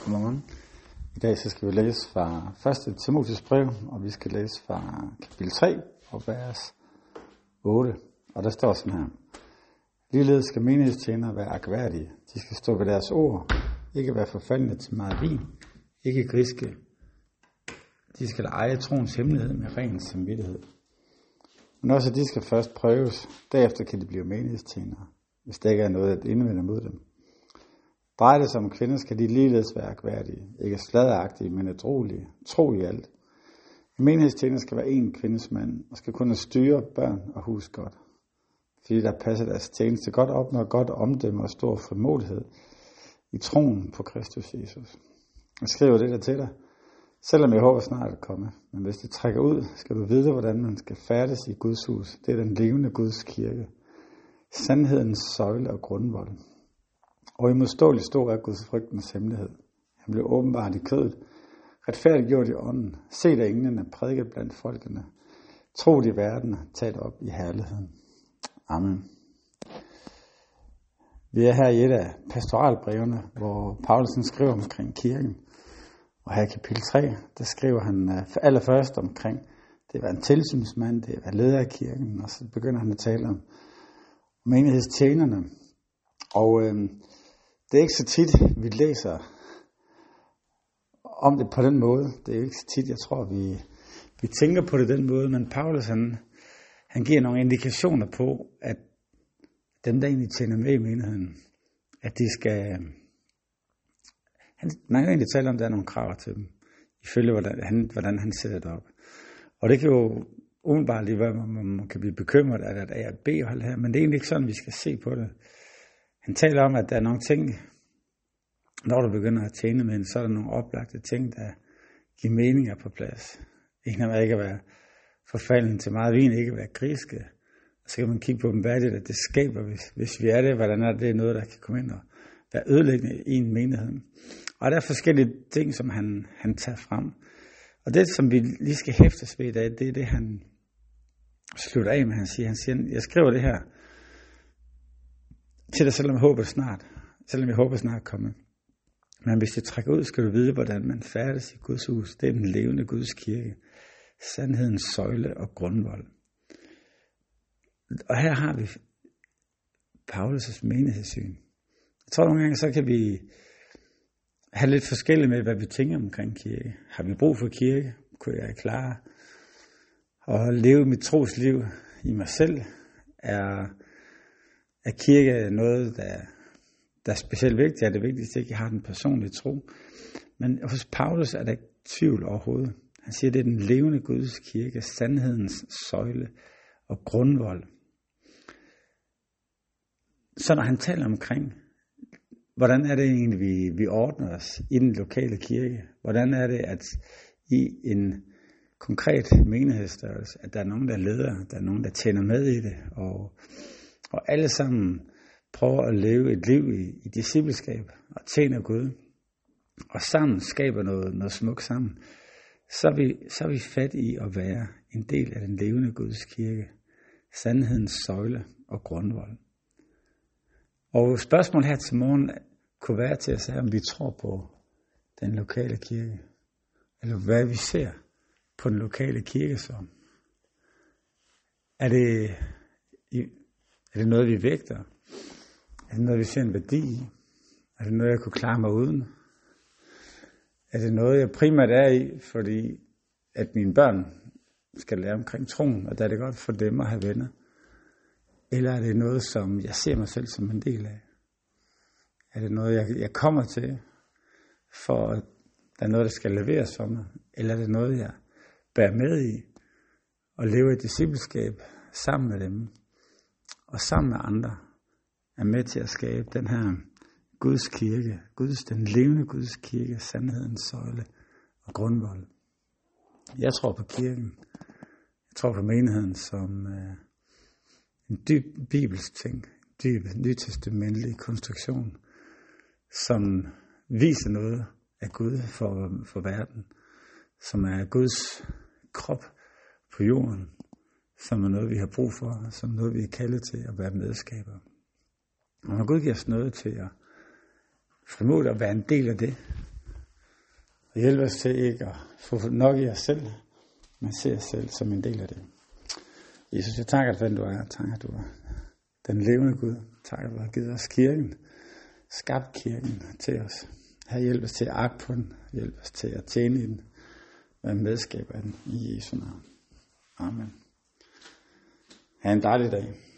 Godmorgen. I dag så skal vi læse fra 1. Timotheus brev, og vi skal læse fra kapitel 3 og vers 8. Og der står sådan her. Ligeledes skal menighedstjenere være agtværdige. De skal stå ved deres ord, ikke være forfaldne til meget vin, ikke griske. De skal eje troens hemmelighed med ren samvittighed. Men også de skal først prøves, derefter kan de blive menighedstjenere, hvis der ikke er noget at indvende mod dem. Drejer det sig om kvinder, skal de ligeledes være agtværdige, ikke sladderagtige, men ædruelige, tro i alt. En menighedstjener skal være en kvindes mand, og skal kunne styre børn og hus godt. Fordi der passer deres tjeneste godt op, når godt omdømme og stor frimodighed i troen på Kristus Jesus. Jeg skriver det der til dig, selvom jeg håber snart at komme. Men hvis det trækker ud, skal du vide, hvordan man skal færdes i Guds hus. Det er den levende Guds kirke. Sandhedens søjle og grundvold. Og imodståeligt stor er Guds frygtens hemmelighed. Han blev åbenbart i kødet, retfærdiggjort i ånden, set af englene, prædiket blandt folkene, troet i verden, taget op i herligheden. Amen. Vi er her i et af pastoralbrevene, hvor Paulus skriver omkring kirken. Og her i kapitel 3, der skriver han allerførst omkring, det var en tilsynsmand, det var leder af kirken, og så begynder han at tale om menighedstjenerne. Og det er ikke så tit, vi læser om det på den måde. Det er ikke så tit, jeg tror, vi tænker på det den måde. Men Paulus, han giver nogle indikationer på, at dem, der egentlig tjener med i menigheden, at de skal... Man kan egentlig tale om, at der er nogle krav til dem, ifølge hvordan han sætter det op. Og det kan jo umiddelbart lige være, man kan blive bekymret af et A og B-hold her, men det er egentlig ikke sådan, vi skal se på det. Han taler om, at der er nogle ting, når du begynder at tjene med, så er der nogle oplagte ting, der giver meninger på plads. En af dem er ikke at være forfalden til meget vin, ikke at være griske. Og så kan man kigge på dem, hvad er det, der det skaber, hvis vi er det, hvordan er det noget, der kan komme ind og være ødelæggende i en menighed. Og der er forskellige ting, som han tager frem. Og det, som vi lige skal hæftes ved i dag, det er det, han slutter af med. Han siger, jeg skriver det her til dig, selvom jeg håber snart komme. Men hvis det trækker ud, skal du vide, hvordan man færdes i Guds hus. Det er den levende Guds kirke. Sandhedens søjle og grundvold. Og her har vi Paulus' menighedssyn. Jeg tror nogle gange, så kan vi have lidt forskelligt med, hvad vi tænker omkring kirke. Har vi brug for kirke? Kunne jeg klare at leve mit trosliv i mig selv? Er kirke noget, der er specielt vigtigt? Er det vigtigste, at jeg har den personlige tro? Men hos Paulus er der ikke tvivl overhovedet. Han siger, det er den levende Guds kirke, sandhedens søjle og grundvold. Så når han taler omkring, hvordan er det egentlig, vi ordner os i den lokale kirke? Hvordan er det, at i en konkret menighedsstørrelse, at der er nogen, der leder, der er nogen, der tjener med i det, og alle sammen prøver at leve et liv i discipleskab og tjener Gud, og sammen skaber noget smukt sammen, så er vi fat i at være en del af den levende Guds kirke, sandhedens søjle og grundvold. Og spørgsmålet her til morgen kunne være til at sige, om vi tror på den lokale kirke, eller hvad vi ser på den lokale kirke som. Er det noget, vi vægter? Er det noget, vi ser en værdi i? Er det noget, jeg kunne klare mig uden? Er det noget, jeg primært er i, fordi at mine børn skal lære omkring troen, og der er det godt for dem at have venner? Eller er det noget, som jeg ser mig selv som en del af? Er det noget, jeg kommer til, for at der er noget, der skal leveres for mig? Eller er det noget, jeg bærer med i, og lever i discipleskab sammen med dem, og sammen med andre, er med til at skabe den her Guds kirke, den levende Guds kirke, sandhedens søjle og grundvold. Jeg tror på kirken. Jeg tror på menigheden som en dyb bibelsk ting, dyb nytestamentlig konstruktion, som viser noget af Gud for verden, som er Guds krop på jorden, som er noget, vi har brug for, som noget, vi er kaldet til at være medskaber. Og når Gud giver os noget til at formode at være en del af det, Og hjælp os til ikke at få nok i os selv, men se os selv som en del af det. Jesus, jeg takker dig, den du er. Takker du er den levende Gud. Takker du har givet os kirken. Skabt kirken til os. Her hjælp os til at agte på den. Hjælp os til at tjene i den. Være medskaber af den i Jesu navn. Amen. Ha' en dejlig dag.